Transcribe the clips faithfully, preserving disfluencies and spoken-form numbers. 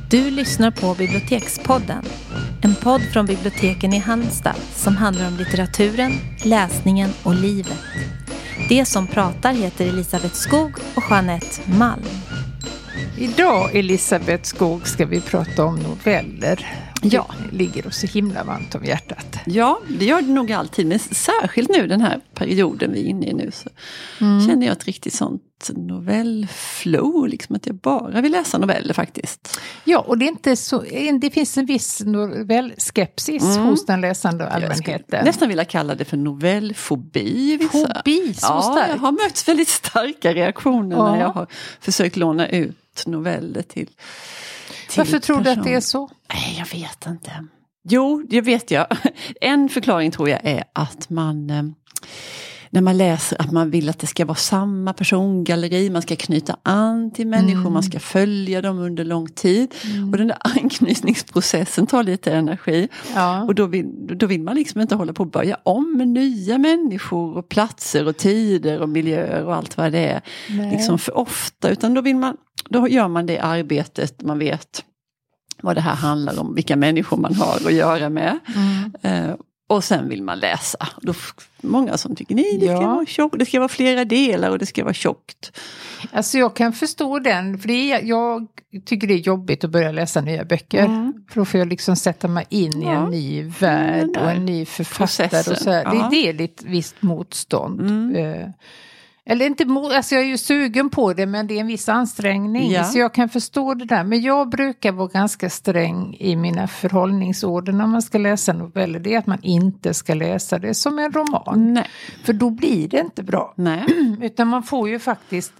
Du lyssnar på Bibliotekspodden, en podd från biblioteken i Halmstad som handlar om litteraturen, läsningen och livet. Det som pratar heter Elisabeth Skog och Jeanette Malm. Idag, Elisabeth Skog, ska vi prata om noveller. Ja. Det ligger oss så himla varmt om hjärtat. Ja, det gör det nog alltid. Men särskilt nu den här perioden vi är inne i nu så mm. känner jag ett riktigt sånt novellflow. Liksom att jag bara vill läsa noveller faktiskt. Ja, och det, är inte så, det finns en viss novellskepsis mm. hos den läsande allmänheten. Jag nästan vilja kalla det för novellfobi. Vissa. Fobi, så ja, starkt. Jag har mött väldigt starka reaktioner ja. när jag har försökt låna ut noveller till Varför tror du att det är så? Nej, jag vet inte. Jo, det vet jag. En förklaring tror jag är att man, när man läser, att man vill att det ska vara samma persongalleri. Man ska knyta an till människor, mm. man ska följa dem under lång tid. Mm. Och den där anknytningsprocessen tar lite energi. Ja. Och då vill, då vill man liksom inte hålla på att börja om med nya människor och platser och tider och miljöer och allt vad det är. Nej. Liksom för ofta, utan då vill man Då gör man det arbetet, man vet vad det här handlar om, vilka människor man har att göra med. Mm. Eh, och sen vill man läsa. Då många som tycker, nej det ska ja. vara tjockt, det ska vara flera delar och det ska vara tjockt. Alltså jag kan förstå den, för det är, jag tycker det är jobbigt att börja läsa nya böcker. Mm. För då får jag liksom sätta mig in ja. i en ny värld och en ny författare. Och så här. Ja. Det är lite visst motstånd. Mm. Eh, Eller inte, alltså jag är ju sugen på det, men det är en viss ansträngning. Ja. Så jag kan förstå det där. Men jag brukar vara ganska sträng i mina förhållningsorder när man ska läsa noveller. Det är att man inte ska läsa det som en roman. Nej. För då blir det inte bra. Nej. Utan man får ju faktiskt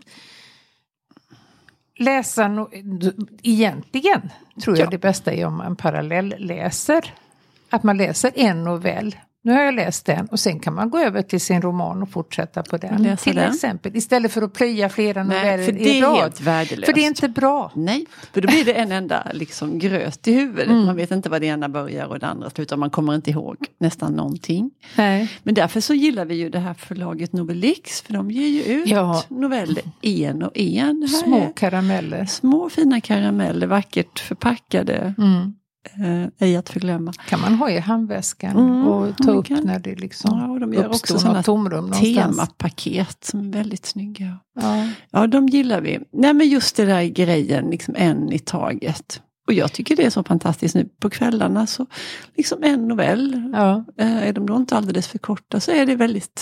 läsa, no- egentligen tror jag ja. det bästa är om man parallell läser. Att man läser en novell. Nu har jag läst den och sen kan man gå över till sin roman och fortsätta på den. Läsa till den. Exempel. Istället för att plöja flera noveller. Nej, för det är rad. Helt värdelöst. För det är inte bra. Nej, för då blir det en enda liksom gröt i huvudet. Mm. Man vet inte vad det ena börjar och det andra slutar. Man kommer inte ihåg nästan någonting. Nej. Men därför så gillar vi ju det här förlaget Nobelix. För de ger ju ut ja. noveller en och en. Här små karameller. Små fina karameller, vackert förpackade. Mm. Uh, ej att förglömma. Kan man ha i handväskan mm, och ta upp kan. När det liksom ja, och de gör också sådana tomrum temapaket som är väldigt snygga. Ja. ja, de gillar vi. Nej, men just det där grejen, liksom en i taget. Och jag tycker det är så fantastiskt nu på kvällarna så liksom en novell. Ja. Uh, är de då inte alldeles för korta så är det väldigt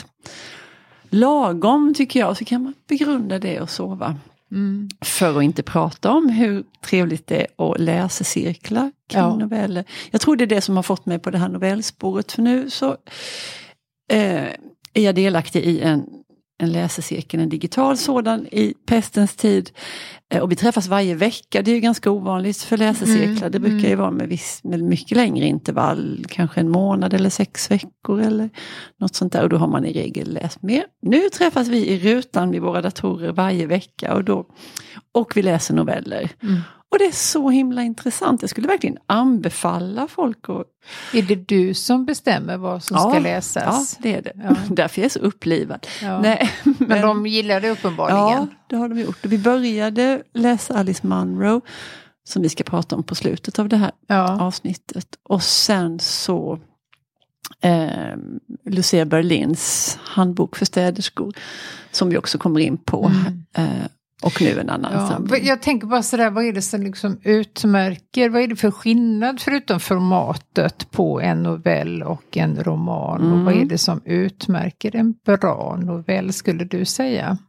lagom tycker jag. Så kan man begrunda det och sova. Mm. För att inte prata om hur trevligt det är att läsa cirklar kring ja. noveller. Jag tror det är det som har fått mig på det här novellspåret. För nu så eh, är jag delaktig i en, en läsecirkel, en digital sådan i pestens tid. Eh, och vi träffas varje vecka. Det är ju ganska ovanligt för läsecirklar. Mm. Det brukar ju mm. vara med, viss, med mycket längre intervall. Kanske en månad eller sex veckor eller något sånt där. Och då har man i regel läst mer. Nu träffas vi i rutan vid våra datorer varje vecka. Och, då, och vi läser noveller. Mm. Och det är så himla intressant. Jag skulle verkligen anbefalla folk att... Är det du som bestämmer vad som ja, ska läsas? Ja, det är det. Ja. Därför är jag så upplivad. Ja. Nej, men, men de gillar det uppenbarligen. Ja, det har de gjort. Vi började läsa Alice Munro som vi ska prata om på slutet av det här ja. avsnittet. Och sen så eh, Lucia Berlins handbok för städerskor som vi också kommer in på. Mm. Eh, Och nu en annan ja, samling. Jag tänker bara sådär, vad är det som liksom utmärker, vad är det för skillnad förutom formatet på en novell och en roman? Mm. Och vad är det som utmärker en bra novell skulle du säga?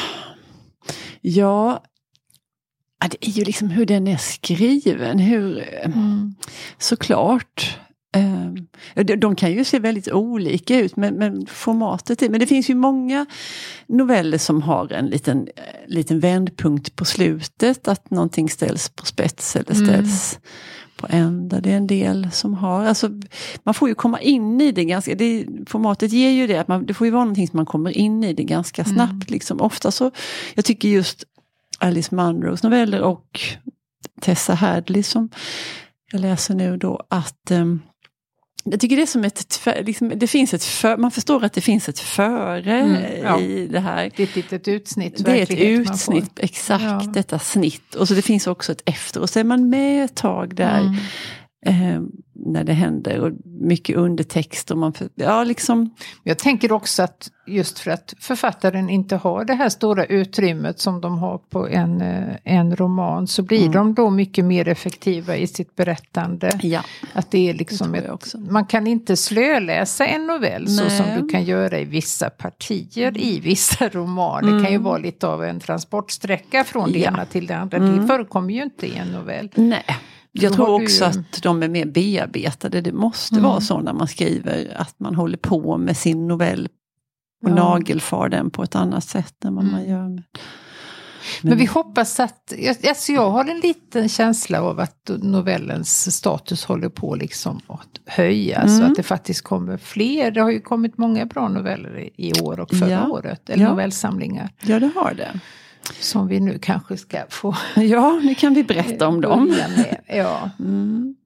Ja, det är ju liksom hur den är skriven, hur mm. såklart... De kan ju se väldigt olika ut men, men formatet är, men det finns ju många noveller som har en liten, liten vändpunkt på slutet, att någonting ställs på spets eller ställs mm. på ända. Det är en del som har, alltså man får ju komma in i det ganska, det, formatet ger ju det att man, det får ju vara någonting som man kommer in i det ganska snabbt mm. liksom. Ofta så, jag tycker just Alice Munros noveller och Tessa Hadley som jag läser nu då, att um, Jag tycker det är som ett, liksom, det finns ett för, man förstår att det finns ett före mm, ja. i det här. Det är ett litet utsnitt. Det är ett utsnitt, exakt, ja. detta snitt. Och så det finns också ett efter. Och så är man med ett tag där mm. eh, när det händer. Och mycket undertext. Och man, ja, liksom. Jag tänker också att just för att författaren inte har det här stora utrymmet som de har på en, en roman, så blir mm. de då mycket mer effektiva i sitt berättande. Ja. Att det är liksom det ett, man kan inte slöläsa en novell Nej. så som du kan göra i vissa partier mm. i vissa romaner. Mm. Det kan ju vara lite av en transportsträcka från det ja. ena till det andra. Mm. Det förekommer ju inte i en novell. Nej. Jag tror också du... att de är mer bearbetade. Det måste mm. vara så när man skriver att man håller på med sin novell och ja. nagelfar den på ett annat sätt än vad mm. man gör. Med. Men... Men vi hoppas att, alltså jag har en liten känsla av att novellens status håller på liksom att höja. Mm. Så att det faktiskt kommer fler. Det har ju kommit många bra noveller i år och förra ja. året. Eller ja. novellsamlingar. Ja, det har det. Som vi nu kanske ska få. Ja, nu kan vi berätta om dem. Ja. Mm.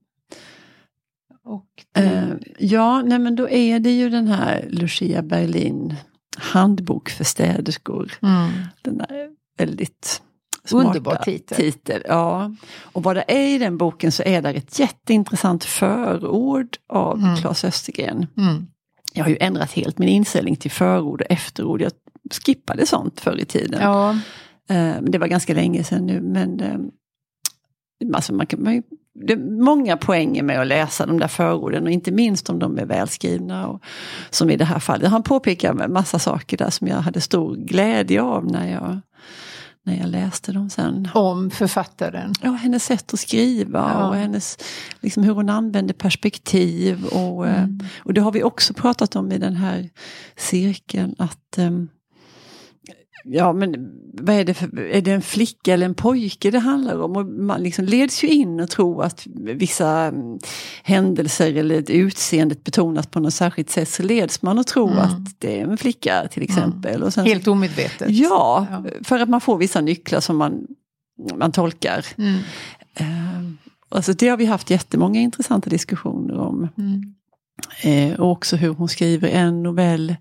Och det... uh, ja, nej men då är det ju den här Lucia Berlin handbok för städerskor. Mm. Den här väldigt underbar titel. titel. Ja. Och vad det är i den boken så är det ett jätteintressant förord av mm. Claes Östergren. Mm. Jag har ju ändrat helt min inställning till förord och efterord. Jag skippade sånt förr i tiden. Ja. Det var ganska länge sedan nu, men alltså man kan, man, det är många poänger med att läsa de där förorden, och inte minst om de är välskrivna, och som i det här fallet. Han påpekar en massa saker där som jag hade stor glädje av när jag, när jag läste dem sen. Om författaren? Ja, hennes sätt att skriva ja. och hennes, liksom hur hon använder perspektiv. Och, mm. och det har vi också pratat om i den här cirkeln, att ja, men vad är det för, är det en flicka eller en pojke det handlar om? Och man liksom leds ju in och tror att vissa händelser eller ett utseendet betonas på något särskilt sätt, så leds man och tror mm. att det är en flicka till exempel. Mm. Och sen, helt omedvetet. Ja, ja, för att man får vissa nycklar som man, man tolkar. Mm. Uh, alltså det har vi haft jättemånga intressanta diskussioner om. Mm. Uh, och också hur hon skriver en novell.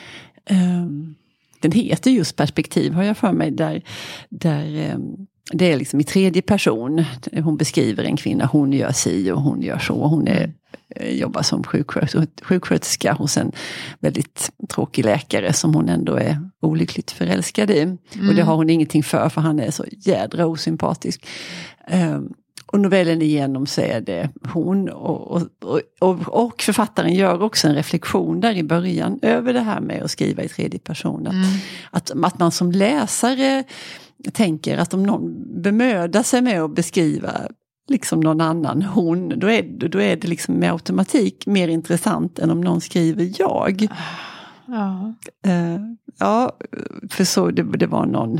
Um, Den heter just Perspektiv, har jag för mig, där, där det är liksom i tredje person. Hon beskriver en kvinna, hon gör si och hon gör så. Hon är, jobbar som sjuksköterska, sjuksköterska hos en väldigt tråkig läkare som hon ändå är olyckligt förälskad i. Mm. Och det har hon ingenting för, för han är så jädra osympatisk. Um, Och novellen igenom så är det hon och, och, och, och författaren gör också en reflektion där i början över det här med att skriva i tredje person. Att, mm. att, att man som läsare tänker att om någon bemödar sig med att beskriva liksom någon annan hon, då är, då är det liksom med automatik mer intressant än om någon skriver jag. Ja, uh, ja för så det, det var någon...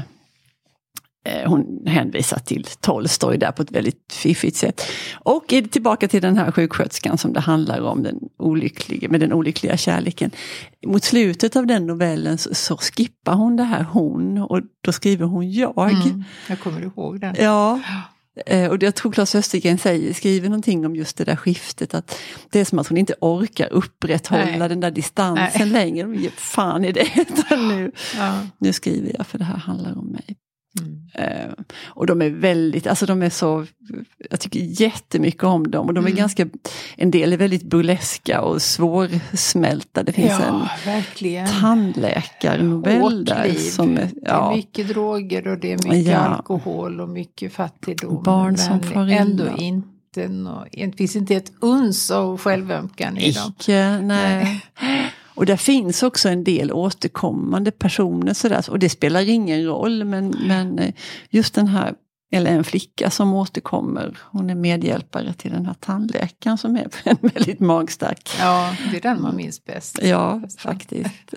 Hon hänvisar till Tolstoj där på ett väldigt fiffigt sätt. Och är det tillbaka till den här sjuksköterskan som det handlar om, den olyckliga, med den olyckliga kärleken. Mot slutet av den novellen så, så skippar hon det här hon, och då skriver hon jag. Mm, jag kommer ihåg den. Ja, och jag tror Claes Östergren säger, skriver någonting om just det där skiftet, att det är som att hon inte orkar upprätthålla Nej. den där distansen Nej. längre. Fan är det nu, ja. nu skriver jag för det här handlar om mig. Mm. Uh, och de är väldigt, alltså de är så, jag tycker jättemycket om dem, och de är mm. ganska, en del är väldigt burleska och svårsmälta. Det finns ja, en verkligen. tandläkarnovell där som är, ja. det är mycket droger och det är mycket ja. alkohol och mycket fattigdom. Barn som far illa. Ändå inte, no, det finns inte ett uns av självömkan i dem. Icke, nej. nej. Och där finns också en del återkommande personer sådär, och det spelar ingen roll, men, men just den här, eller en flicka som återkommer, hon är medhjälpare till den här tandläkaren som är en väldigt magstark. Ja, det är den man minns bäst. Ja, faktiskt.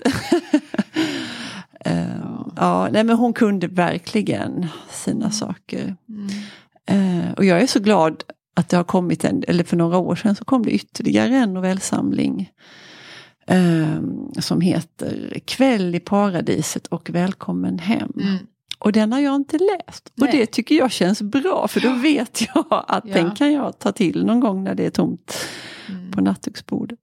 uh, ja, nej men hon kunde verkligen sina mm. saker. Mm. Uh, och jag är så glad att det har kommit en, eller för några år sedan så kom det ytterligare en novellsamling. Um, som heter Kväll i paradiset och Välkommen hem. Mm. Och den har jag inte läst. Nej. Och det tycker jag känns bra, för då vet jag att ja. den kan jag ta till någon gång när det är tomt mm. på nattduksbordet.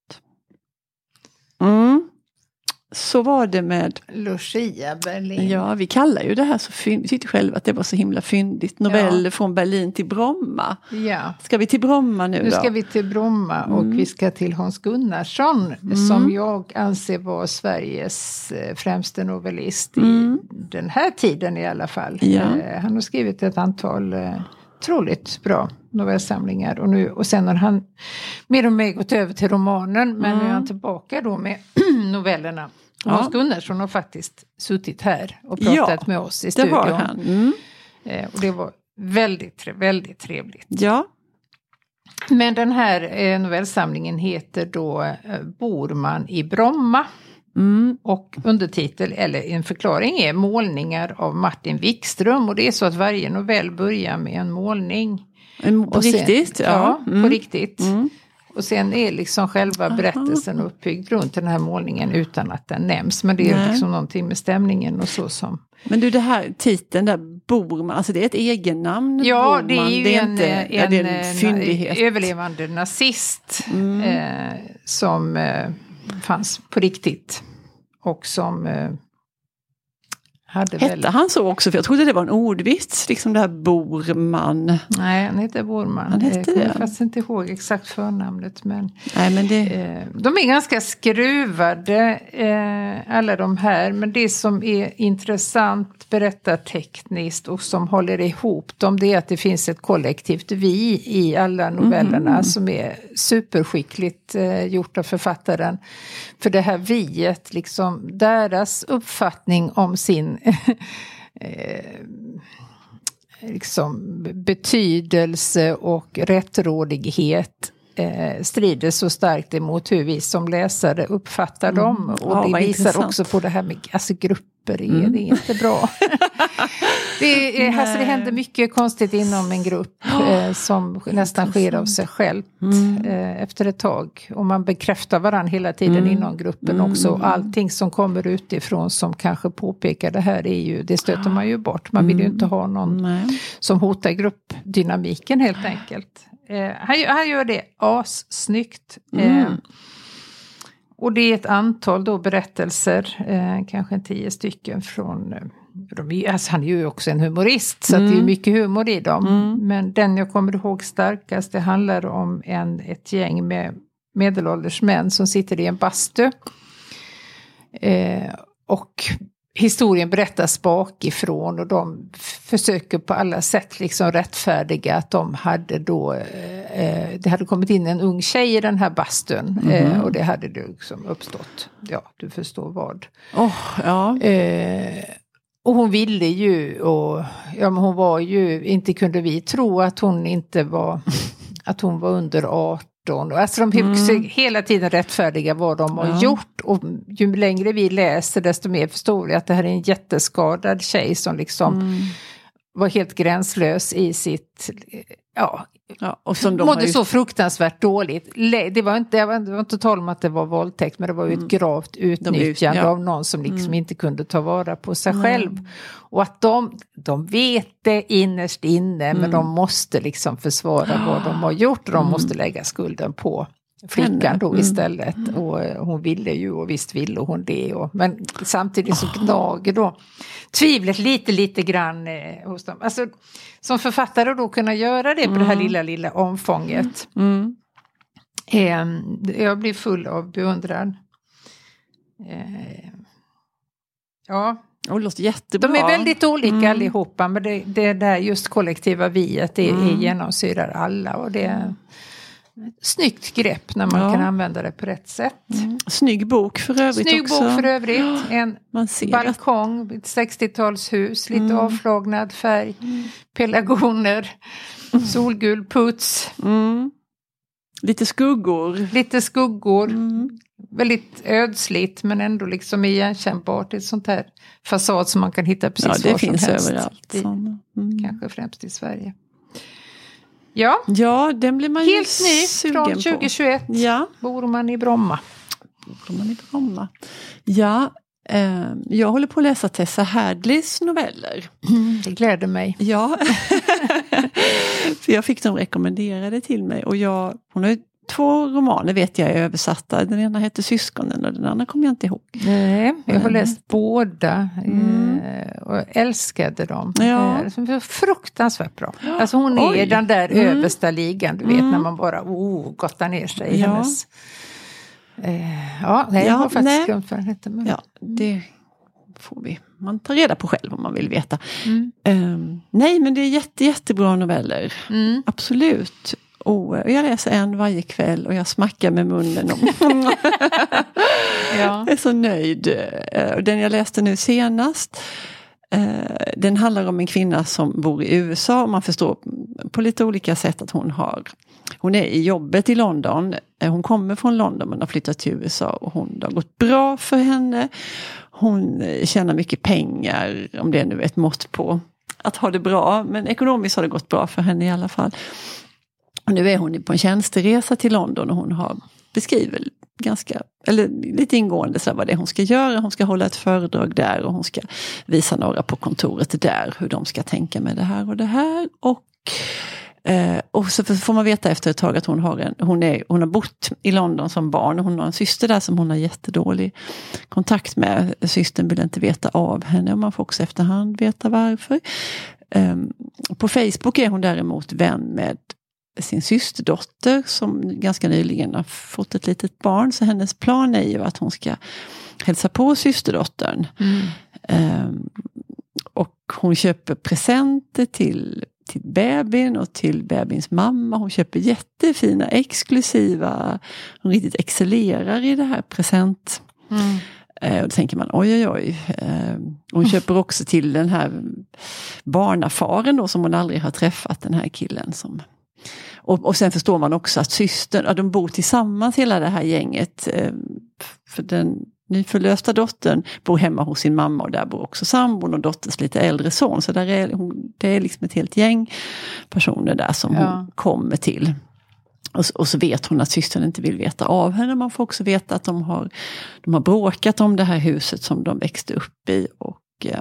Mm. Så var det med Lucia Berlin. Ja, vi kallar ju det här så fyndigt. Vi tyckte själva att det var så himla fyndigt. Noveller ja. från Berlin till Bromma. Ja. Ska vi till Bromma nu då? Nu ska vi till Bromma och mm. vi ska till Hans Gunnarsson mm. som jag anser var Sveriges främste novellist mm. i den här tiden i alla fall. Ja. Han har skrivit ett antal otroligt bra novellsamlingar och, nu, och sen har han mer och mer gått över till romanen men mm. nu är han tillbaka då med novellerna. Ja. Hans Gunnarsson har faktiskt suttit här och pratat ja, med oss i studion. Det var han. Mm. Eh, och det var väldigt, väldigt trevligt. Ja. Men den här eh, novellsamlingen heter då eh, Bor man i Bromma? Mm. Och undertitel eller en förklaring är Målningar av Martin Wikström. Och det är så att varje novell börjar med en målning. En, på och sen, riktigt? Ja, ja mm. på riktigt. Mm. Och sen är liksom själva berättelsen Aha. uppbyggd runt den här målningen utan att den nämns. Men det är Nej. liksom någonting med stämningen och så som... Men du, det här titeln där Borman, alltså det är ett egennamn? Ja, Borman. det är ju det är en, inte, en, ja, det är en fyndighet. överlevande nazist mm. eh, som eh, fanns på riktigt. Och som eh, hade Hette väl... han så också? För jag trodde det var en ordvits, liksom det här Borman. Nej, han heter Borman. Han hette jag kommer det. faktiskt inte ihåg exakt förnamnet. Men, Nej, men det... eh, de är ganska skruvade, eh, alla de här. Men det som är intressant berättartekniskt och som håller ihop dem, det är att det finns ett kollektivt vi i alla novellerna mm. som är superskickligt eh, gjort av författaren. För det här viet, liksom deras uppfattning om sin eh, liksom betydelse och rättrådighet eh, strider så starkt emot hur vi som läsare uppfattar mm. dem. Och ja, det visar intressant. också på det här med alltså, grupper, mm. det är inte bra. det, är, alltså, det händer mycket konstigt inom en grupp eh, som nästan sker av sig själv mm. eh, efter ett tag. Och man bekräftar varandra hela tiden mm. inom gruppen mm. också. Och allting som kommer utifrån som kanske påpekar det här är ju, det stöter man ju bort. Man vill ju inte ha någon Nej. som hotar gruppdynamiken helt enkelt. Eh, han, han gör det assnyggt. Eh, mm. Och det är ett antal då berättelser, eh, kanske en tio stycken från... De, alltså han är ju också en humorist så mm. att det är mycket humor i dem. Mm. Men den jag kommer ihåg starkast, det handlar om en, ett gäng med medelålders män som sitter i en bastu. Eh, och historien berättas bakifrån och de försöker på alla sätt liksom rättfärdiga att de hade då, eh, det hade kommit in en ung tjej i den här bastun mm. eh, och det hade då liksom uppstått, ja du förstår vad. Oh, ja. Eh, och hon ville ju, och ja men hon var ju, inte kunde vi tro att hon inte var, att hon var under arton. Alltså de mm. hela tiden rättfärdiga vad de har ja. gjort. Och ju längre vi läser desto mer förstår vi att det här är en jätteskadad tjej som liksom mm. var helt gränslös i sitt... Ja, ja och som de mådde just... så fruktansvärt dåligt. Det var inte, det var, det var inte tal om att det var våldtäkt, men det var ju ett mm. gravt utnyttjande ja. av någon som liksom mm. inte kunde ta vara på sig mm. själv. Och att de, de vet det innerst inne, mm. men de måste liksom försvara vad de har gjort och de mm. måste lägga skulden på flickan då mm. istället. Mm. Och hon ville ju, och visst ville hon det. Och, men samtidigt så gnager då tvivlet lite, lite grann eh, hos dem. Alltså som författare då kunna göra det på mm. det här lilla, lilla omfånget. Mm. Eh, jag blir full av beundran. Eh, ja. Det låter jättebra. De är väldigt olika mm. allihopa, men det, det där just kollektiva viet, det mm. är genomsyrar alla och det är snyggt grepp när man ja. kan använda det på rätt sätt. Mm. Snygg bok för övrigt Snygg också. Snygg bok för övrigt. En man ser balkong, ett sextiotalshus, lite mm. avflagnad färg, mm. pelargoner, mm. solgul puts. Mm. Lite skuggor. Lite skuggor. Mm. Väldigt ödsligt men ändå liksom igenkännbart. Ett sånt här fasad som man kan hitta precis ja, det var finns som helst. Överallt. I, mm. Kanske främst i Sverige. Ja, ja den blir man helt ju ny sugen från tjugohundratjugoett. Ja. Bor man i Bromma. Bor man i Bromma. Ja, eh, jag håller på att läsa Tessa Hadleys noveller. Mm, det gläder mig. Ja, för jag fick dem rekommenderade till mig och jag, hon har ju två romaner vet jag är översatta. Den ena heter Syskonen och den andra kommer jag inte ihåg. Nej, jag har läst båda mm. och älskade dem. Ja. Eh, fruktansvärt bra. Alltså hon är Oj. den där mm. översta ligan, du vet, mm. när man bara oh, gottar ner sig i ja. hennes... Eh, ja, nej, ja, jag har faktiskt glömt vad den heter. Men... Ja, det får vi. Man tar reda på själv om man vill veta. Mm. Um, nej, men det är jätte, jättebra noveller. Mm. Absolut. Och jag läser en varje kväll och jag smackar med munnen. Om. ja. Jag är så nöjd. Den jag läste nu senast, den handlar om en kvinna som bor i U S A. Och man förstår på lite olika sätt att hon har... Hon är i jobbet i London. Hon kommer från London men har flyttat till U S A. Och hon, det har gått bra för henne. Hon tjänar mycket pengar, om det är nu ett mått på att ha det bra. Men ekonomiskt har det gått bra för henne i alla fall. Och nu är hon på en tjänsteresa till London och hon har beskrivit ganska, eller lite ingående så vad det är hon ska göra. Hon ska hålla ett föredrag där och hon ska visa några på kontoret där hur de ska tänka med det här och det här. Och, eh, och så får man veta efter ett tag att hon har, en, hon, är, hon har bott i London som barn och hon har en syster där som hon har jättedålig kontakt med. Systern vill inte veta av henne och man får också efterhand veta varför. Eh, på Facebook är hon däremot vän med sin systerdotter som ganska nyligen har fått ett litet barn. Så hennes plan är ju att hon ska hälsa på systerdottern. Mm. Um, och hon köper presenter till, till bebin och till bebins mamma. Hon köper jättefina, exklusiva, hon riktigt excellerar i det här present. Mm. Uh, och då tänker man, oj oj oj. Uh, hon mm. köper också till den här barnafaren då, som hon aldrig har träffat, den här killen som... Och, och sen förstår man också att systern, ja, de bor tillsammans hela det här gänget. Eh, för den nyförlösta dottern bor hemma hos sin mamma och där bor också sambon och dotterns lite äldre son. Så där är, hon, det är liksom ett helt gäng personer där som ja. hon kommer till. Och, och så vet hon att systern inte vill veta av henne. Man får också veta att de har, de har bråkat om det här huset som de växte upp i. Och eh,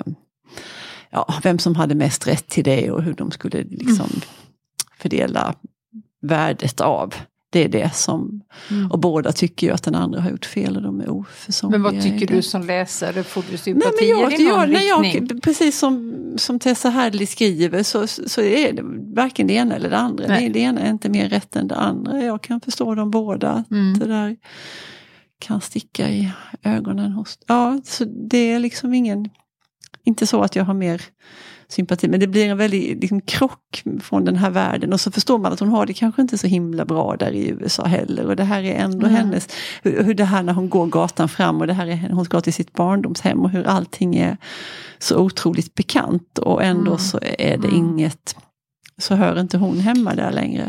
ja, vem som hade mest rätt till det och hur de skulle liksom... Mm. fördela värdet av. Det är det som... Mm. Och båda tycker ju att den andra har gjort fel och de är oförsonliga. Men vad tycker du som läsare? Får du sympatier Nej, men jag, i någon jag, riktning? Jag, precis som, som Tessa Hadley skriver så, så är det varken det ena eller det andra. Nej. Det ena är inte mer rätt än det andra. Jag kan förstå dem båda. Mm. Det där kan sticka i ögonen hos... Ja, så det är liksom ingen... Inte så att jag har mer... sympati, men det blir en väldigt liksom, krock från den här världen och så förstår man att hon har det kanske inte så himla bra där i U S A heller och det här är ändå mm. hennes, hur, hur det här när hon går gatan fram och det här är hon ska till sitt barndomshem och hur allting är så otroligt bekant och ändå mm. så är det mm. inget, så hör inte hon hemma där längre.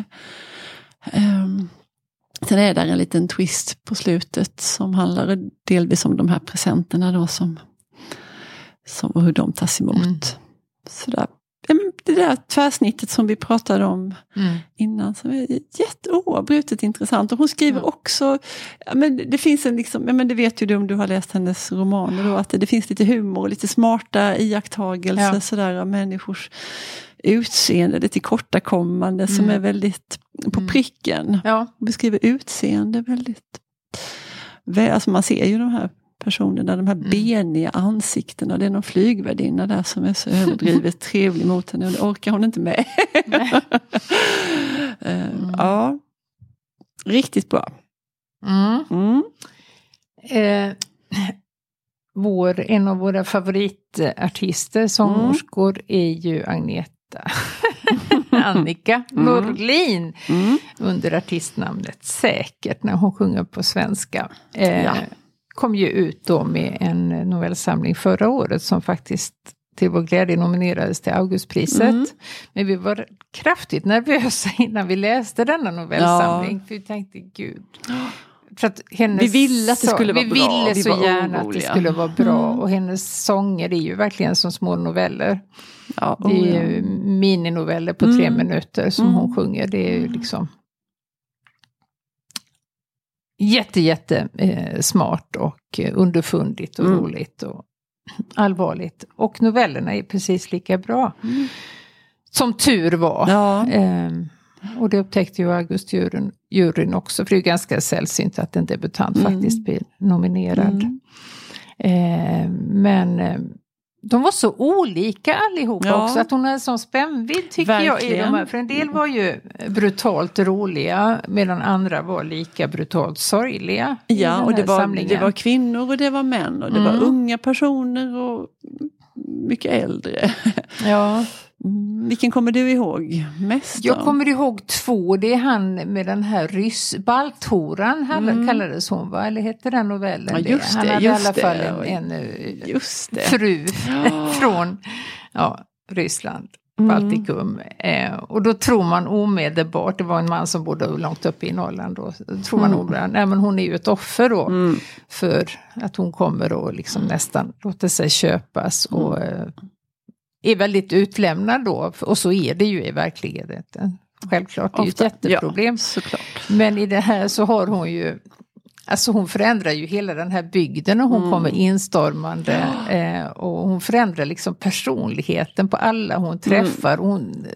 Um, sen är där en liten twist på slutet som handlar delvis om de här presenterna då som, som hur de tas emot. Mm. Sådär. Det där tvärsnittet som vi pratade om mm. innan som är jätteoavbrutet intressant. Och hon skriver mm. också, ja, men det finns en liksom, ja, men det vet ju du om du har läst hennes romaner då, att det, det finns lite humor och lite smarta iakttagelser ja. sådär av människors utseende, det tillkortakommande mm. som är väldigt på pricken. Ja. Hon beskriver utseende väldigt, alltså man ser ju de här personerna, de här mm. beniga ansiktena. Det är någon flygvärdinna där som är så överdrivet trevlig mot henne och det orkar hon inte med. uh, mm. Ja, riktigt bra. Mm. Mm. Eh, vår, en av våra favoritartister, sångerskor, mm. är ju Agneta Annika mm. Norlin mm. under artistnamnet Säkert när hon sjunger på svenska. Eh, ja. kom ju ut då med en novellsamling förra året som faktiskt till vår glädje nominerades till Augustpriset. Mm. Men vi var kraftigt nervösa innan vi läste denna novellsamling. Ja. För vi tänkte, gud. För att hennes vi ville att det skulle vara vi bra. Ville vi så var gärna oroliga. Att det skulle vara bra. Mm. Och hennes sånger är ju verkligen som små noveller. Ja, oh, det är ju ja. mininoveller på mm. tre minuter som mm. hon sjunger. Det är ju liksom... Jätte, jätte eh, smart och eh, underfundigt och mm. roligt och allvarligt. Och novellerna är precis lika bra. Mm. Som tur var. Ja. Eh, och det upptäckte ju August-juryn juryn också. För det är ganska sällsynt att en debutant mm. faktiskt blir nominerad. Mm. Eh, men eh, de var så olika allihopa ja. också. Att hon hade sån spännvidd tycker Verkligen. jag. I de här. För en del var ju brutalt roliga. Medan andra var lika brutalt sorgliga. Ja, och det var, det var kvinnor och det var män. Och det mm. var unga personer och mycket äldre. Ja. Mm, vilken kommer du ihåg mest då? Jag kommer ihåg två. Det är han med den här ryss... Balthoran mm. kallades hon, va? Eller hette den novellen? Ja, just det, han hade just i alla det. fall en, en just det. fru ja. från ja, Ryssland, Baltikum. Mm. Eh, och då tror man omedelbart, det var en man som bodde långt uppe i Norrland då, då tror man mm. omedelbart, nej men hon är ju ett offer då mm. för att hon kommer och liksom nästan låter sig köpas mm. och eh, är väldigt utlämnad då, och så är det ju i verkligheten. Självklart, det är ju ett jätteproblem. Ja, såklart. Men i det här så har hon ju, alltså hon förändrar ju hela den här bygden och hon mm. kommer instormande eh, och hon förändrar liksom personligheten på alla hon träffar. Mm. Hon,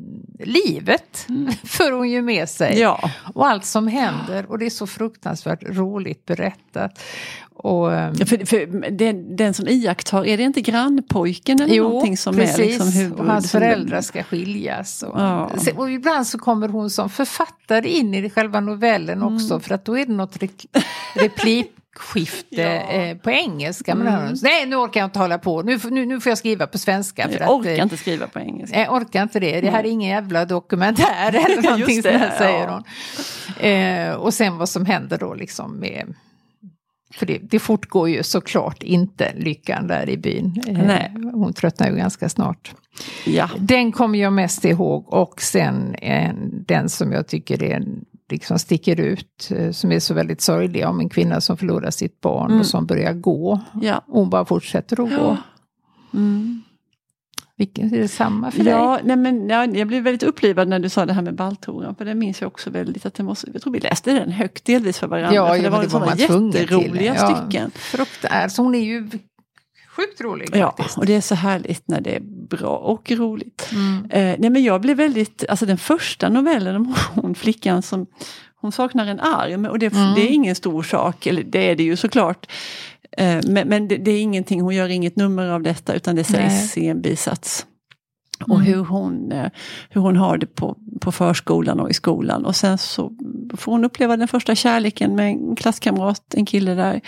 livet mm. för hon ju med sig. Ja. Och allt som händer, och det är så fruktansvärt roligt berättat. Och, ja, för, för den, den som iakttar, är det inte grannpojken eller jo, någonting som precis, är liksom huvud? Och hans föräldrar ska skiljas. Och, ja. och ibland så kommer hon som författare in i själva novellen också, mm. för att då är det något re- replikskifte ja. eh, på engelska. Men mm. nej, nu orkar jag inte hålla på. Nu, nu, nu får jag skriva på svenska. För jag att, orkar inte skriva på engelska. Jag orkar inte det. Det här är ingen jävla dokumentär eller någonting det, som säger ja. hon. Eh, och sen vad som händer då liksom med... För det, det fortgår ju såklart inte lyckan där i byn. Nej. Hon tröttnar ju ganska snart. Ja. Den kommer jag mest ihåg. Och sen en, den som jag tycker är, liksom sticker ut. Som är så väldigt sorglig, om en kvinna som förlorar sitt barn mm. och som börjar gå. Ja. Hon bara fortsätter att gå. Ja. Mm. Vilken, är det samma för ja, dig? Nej, men, ja, jag blev väldigt upplivad när du sa det här med Balthoran. För det minns jag också väldigt. Att det måste, jag tror vi läste den högt delvis för varandra. Ja, för det var, det var man jätteroliga ja, stycken. Fruktansvärt. Så hon är ju sjukt rolig ja, faktiskt. Och det är så härligt när det är bra och roligt. Mm. Eh, nej, men jag blev väldigt, alltså den första novellen om hon, flickan som, hon saknar en arm. Och det, mm. det är ingen stor sak, eller det är det ju såklart. Eh, men men det, det är ingenting, hon gör inget nummer av detta, utan det sägs nej. i en bisats. Och mm. hur, hon, hur hon har det på, på förskolan och i skolan. Och sen så får hon uppleva den första kärleken med en klasskamrat, en kille där.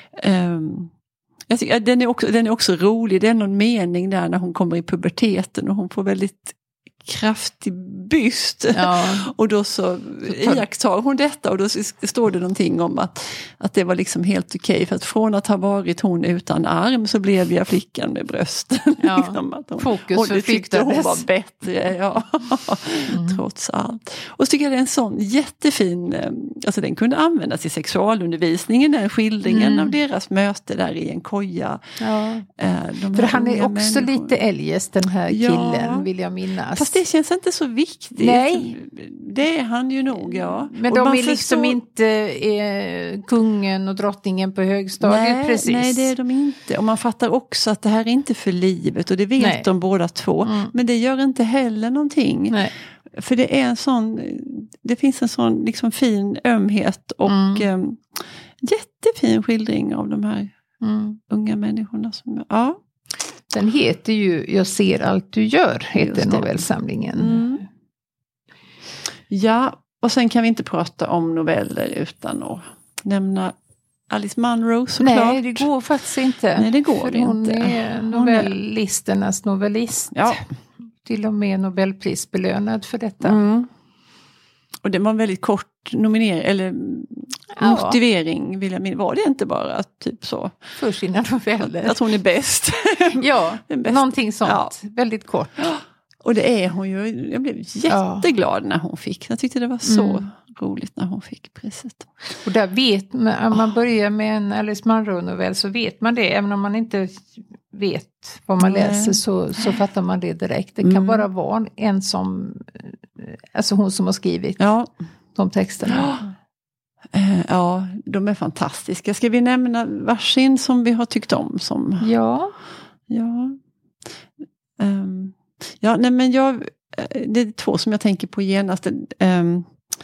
Um, jag tycker, den, är också, den är också rolig. Det är någon mening där när hon kommer i puberteten och hon får väldigt kraftig byst. Ja. Och då så iakttar hon detta och då står det någonting om att, att det var liksom helt okej. För att från att ha varit hon utan arm så blev jag flickan med bröst. Ja. liksom att hon, Fokus och det tyckte hon var bättre. Ja. Mm. Trots allt. Och så tycker jag det är en sån jättefin, alltså den kunde användas i sexualundervisningen, den skildringen mm. av deras möte där i en koja. Ja. De För han är också människor. Lite eljest den här killen, ja. vill jag minnas. Fast det känns inte så viktigt. Nej. Det är han ju nog, ja. Men och de man är liksom förstår... inte eh, kungen och drottningen på högstadiet, nej, precis. Nej, det är de inte. Och man fattar också att det här är inte för livet. Och det vet nej. de båda två. Mm. Men det gör inte heller någonting. Nej. För det är en sån, det finns en sån liksom fin ömhet och mm. eh, jättefin skildring av de här mm. unga människorna. Som, ja. Den heter ju Jag ser allt du gör, heter novellsamlingen. Mm. Ja, och sen kan vi inte prata om noveller utan att nämna Alice Munro såklart. Nej, det går faktiskt inte. Nej, det går För inte. Hon är novellisternas novellist. Ja. Till och med Nobelprisbelönad för detta. Mm. Och det var en väldigt kort nominering, eller ja. motivering vill jag minna. Var det inte bara typ så? För sina noveller. Att hon är bäst. Ja, bäst. Någonting sånt. Ja. Väldigt kort. Och det är hon ju. Jag blev jätteglad ja. när hon fick. Jag tyckte det var så mm. roligt när hon fick priset. Och där vet man, om man börjar med en Alice Munro-novell så vet man det. Även om man inte vet vad man Nej. läser så, så fattar man det direkt. Det kan mm. bara vara en som, alltså hon som har skrivit ja. de texterna. Ja, de är fantastiska. Ska vi nämna varsin som vi har tyckt om? Som... Ja. Ja. Um, ja, nej men jag, det är två som jag tänker på genast. Um,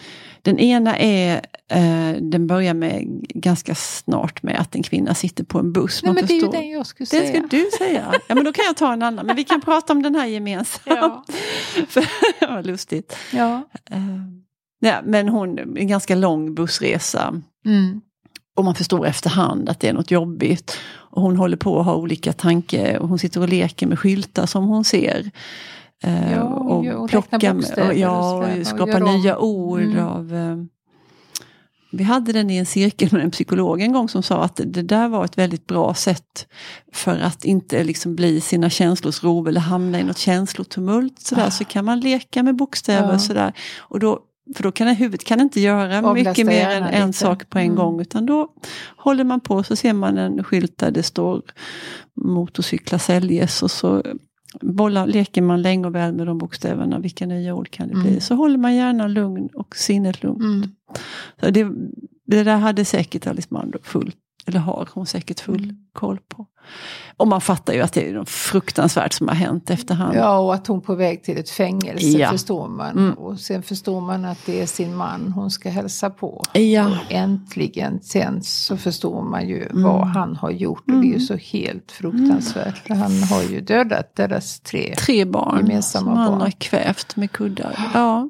Den ena är, eh, den börjar med ganska snart med att en kvinna sitter på en buss. Nej, Man men förstår. det är ju den jag skulle Det säga. ska du säga. Ja, men då kan jag ta en annan. Men vi kan prata om den här gemensamt. Ja. För, vad lustigt. Ja. Uh, ja, men hon, en ganska lång bussresa. Mm. Och man förstår efterhand att det är något jobbigt. Och hon håller på att ha olika tankar. Och hon sitter och leker med skyltar som hon ser. Uh, Ja, och och plockar med, och, ja, och, och skapar och nya ord mm. av... Uh, vi hade den i en cirkel med en psykolog en gång som sa att det där var ett väldigt bra sätt för att inte liksom bli sina känslors rov eller hamna i något känslotumult. Sådär. Ah. Så kan man leka med bokstäver ja. sådär. Och då, för då kan huvudet kan inte göra Avlästa mycket mer än en lite. sak på en mm. gång. Utan då håller man på så ser man en skylt där det står motorcyklar säljes och så bollar, leker man länge och väl med de bokstäverna. Vilka nya ord kan det bli? Mm. Så håller man gärna lugn och sinnet lugnt. Mm. Så det, det där hade säkert Alice Munro full, eller har hon säkert full mm. koll på. Och man fattar ju att det är något fruktansvärt som har hänt efterhand. Ja, och att hon på väg till ett fängelse ja. förstår man. Mm. Och sen förstår man att det är sin man hon ska hälsa på. Ja. Och äntligen sen så förstår man ju mm. vad han har gjort. Och det är ju så helt fruktansvärt. Mm. Han har ju dödat deras tre, tre barn gemensamma som barn. han har kvävt med kuddar. Ja.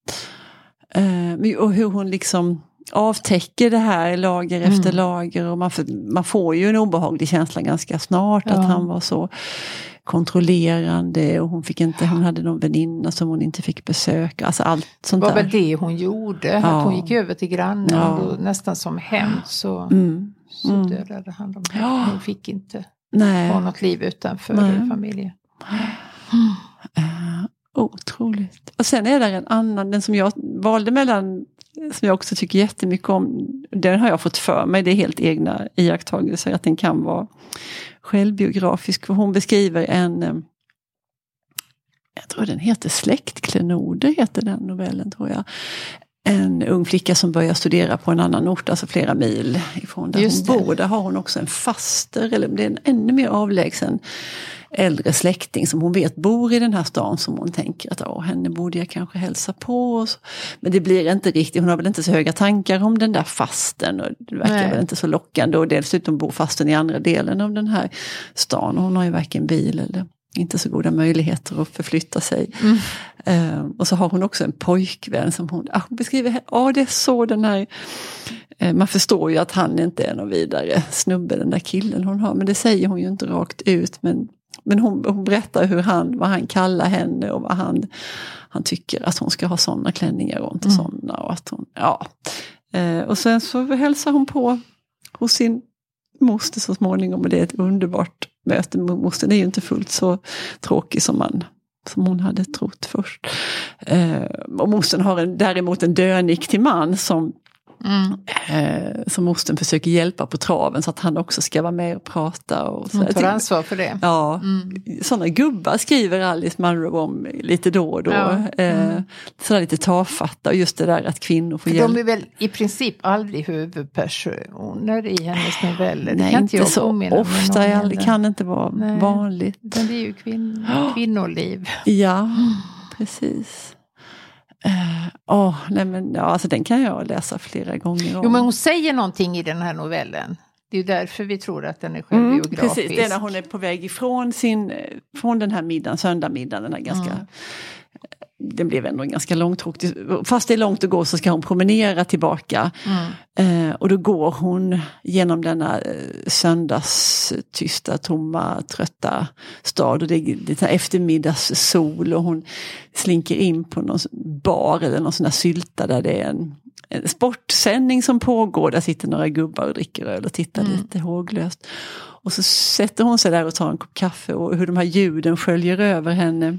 Uh, och hur hon liksom avtäcker det här lager mm. efter lager och man, för, man får ju en obehaglig känsla ganska snart ja. att han var så kontrollerande och hon fick inte, hon hade någon väninna som hon inte fick besöka, alltså allt sånt där. Det var väl det hon gjorde, ja. att hon gick över till grannen ja. och nästan som hämnd så, mm. så mm. dödade han dem. Ja. Hon fick inte Nej. ha något liv utanför Nej. familjen. Mm. Uh, otroligt. Och sen är det en annan, den som jag valde mellan som jag också tycker jättemycket om, den har jag fått för mig, det är helt egna iakttagelser att den kan vara självbiografisk, för hon beskriver en, jag tror den heter Släktklenoder heter den novellen tror jag, en ung flicka som börjar studera på en annan ort, alltså flera mil ifrån där Just hon det. bor. Där har hon också en faster, eller det är en ännu mer avlägsen äldre släkting som hon vet bor i den här stan, som hon tänker att åh, henne borde jag kanske hälsa på. Men det blir inte riktigt, hon har väl inte så höga tankar om den där fasten och det verkar Nej. väl inte så lockande, och dessutom bor fasten i andra delen av den här stan och hon har ju varken bil eller inte så goda möjligheter att förflytta sig. Mm. Uh, och så har hon också en pojkvän som hon, ah, hon beskriver, ja ah, det är så den här, uh, man förstår ju att han inte är någon vidare snubbe, den där killen hon har, men det säger hon ju inte rakt ut, men, men hon, hon berättar hur han, vad han kallar henne och vad han, han tycker att hon ska ha sådana klänningar och inte mm. sådana, och att hon, ja. Uh, och sen så hälsar hon på hos sin moster så småningom, och det är ett underbart möte med mostern. Det är ju inte fullt så tråkig som man som hon hade trott först. Eh, och mostern har en, däremot en dönick till man som Mm. Eh, som mostern försöker hjälpa på traven så att han också ska vara med och prata. Och så. Hon tar ansvar för det. Ja, mm. Sådana gubbar skriver Alice Munro om lite då och då. Ja. Mm. Eh, sådär lite tafatta, och just det där att kvinnor får hjälp. De är väl i princip aldrig huvudpersoner i hennes noveller. Nej, kan inte jag så ofta. Det kan inte vara Nej. vanligt. Men det är ju kvinn, kvinnoliv. Ja, mm. precis. Uh, oh, nej men, ja, alltså den kan jag läsa flera gånger om. Jo, men hon säger någonting i den här novellen. Det är ju därför vi tror att den är självbiografisk. Mm, precis, det är när hon är på väg ifrån sin, från den här middagen, söndagsmiddagen, den här ganska... Mm. Den blev ändå ganska långtråkig. Fast det är långt att gå så ska hon promenera tillbaka. Mm. Eh, och då går hon genom denna eh, söndagstysta, tomma, trötta stad. Och det är, det är eftermiddagssol och hon slinker in på någon bar eller någon sån här sylta där det är en, en sportsändning som pågår. Där sitter några gubbar och dricker öl och tittar mm. lite håglöst. Och så sätter hon sig där och tar en kopp kaffe, och hur de här ljuden sköljer över henne.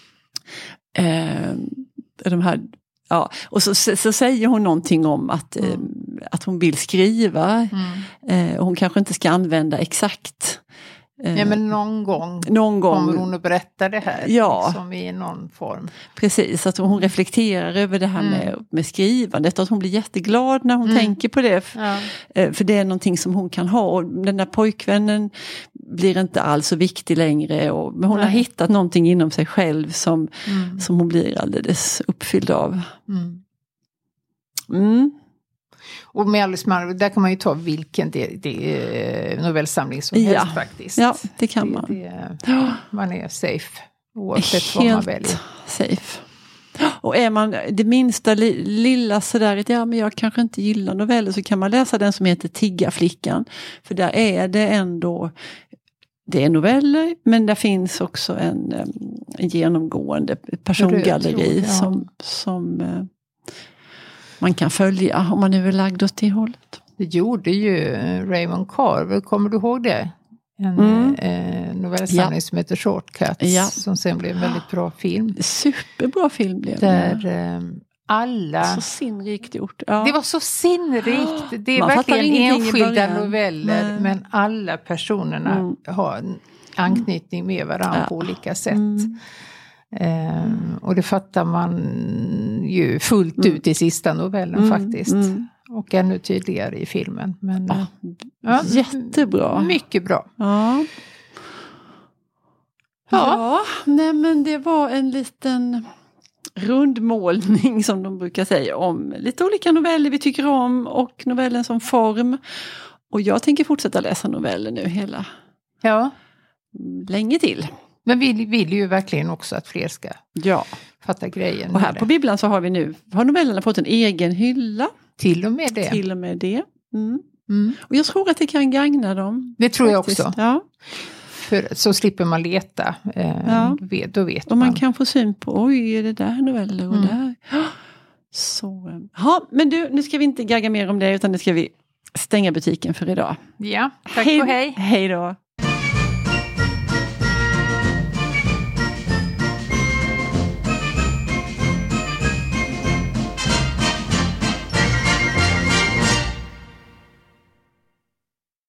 Eh, de här, ja, och så, så, så säger hon någonting om att, mm. eh, att hon vill skriva. Mm. Eh, och hon kanske inte ska använda exakt. Eh, ja, men någon gång, någon gång kommer hon att berätta det här. Ja, liksom i någon form. Precis, att hon reflekterar över det här mm. med, med skrivandet. Att hon blir jätteglad när hon mm. tänker på det. Ja. Eh, för det är någonting som hon kan ha. Och den där pojkvännen blir inte alls så viktig längre. Och, men hon Nej. har hittat någonting inom sig själv som, mm. som hon blir alldeles uppfylld av. Mm. Mm. Och med Alice Munro, där kan man ju ta vilken det, det novellsamling som ja. helst faktiskt. Ja, det kan man. Det, det, man är safe oavsett vad man väljer. Safe. Och är man det minsta li, lilla sådär att ja, men jag kanske inte gillar noveller, så kan man läsa den som heter Tiggarflickan. För där är det ändå, det är noveller, men där finns också en, en genomgående persongalleri ja. som, som man kan följa om man nu är lagd åt det hållet. Det gjorde ju Raymond Carver, kommer du ihåg det? En mm. eh, novellsamling ja. som heter Shortcuts ja. som sen blev en väldigt bra film. Superbra film blev det. Där eh, alla... Så sinnrikt gjort. Ja. Det var så sinnrikt. Det är man verkligen enskilda noveller Nej. men alla personerna mm. har en anknytning med varandra ja. på olika sätt. Mm. Um, och det fattar man ju fullt mm. ut i sista novellen mm. faktiskt. Mm. Och ännu tydligare i filmen. Men, ja, ja, jättebra. Mycket bra. Ja. Ja. ja, nej men det var en liten rundmålning som de brukar säga om lite olika noveller vi tycker om och novellen som form. Och jag tänker fortsätta läsa noveller nu hela ja. länge till. Men vi vill ju verkligen också att fler ska ja. fatta grejen. Och här på Bibblan så har vi nu, har novellerna fått en egen hylla. Till och med det. Till och med det. Mm. Mm. Och jag tror att det kan gagna dem. Det tror faktiskt. jag också. Ja. För så slipper man leta. Eh, ja. då vet, då vet och man. man kan få syn på, oj är det där noveller och mm. där. Så, ja, men du, nu ska vi inte gagga mer om det utan nu ska vi stänga butiken för idag. Ja, tack hej, och hej. Hej då.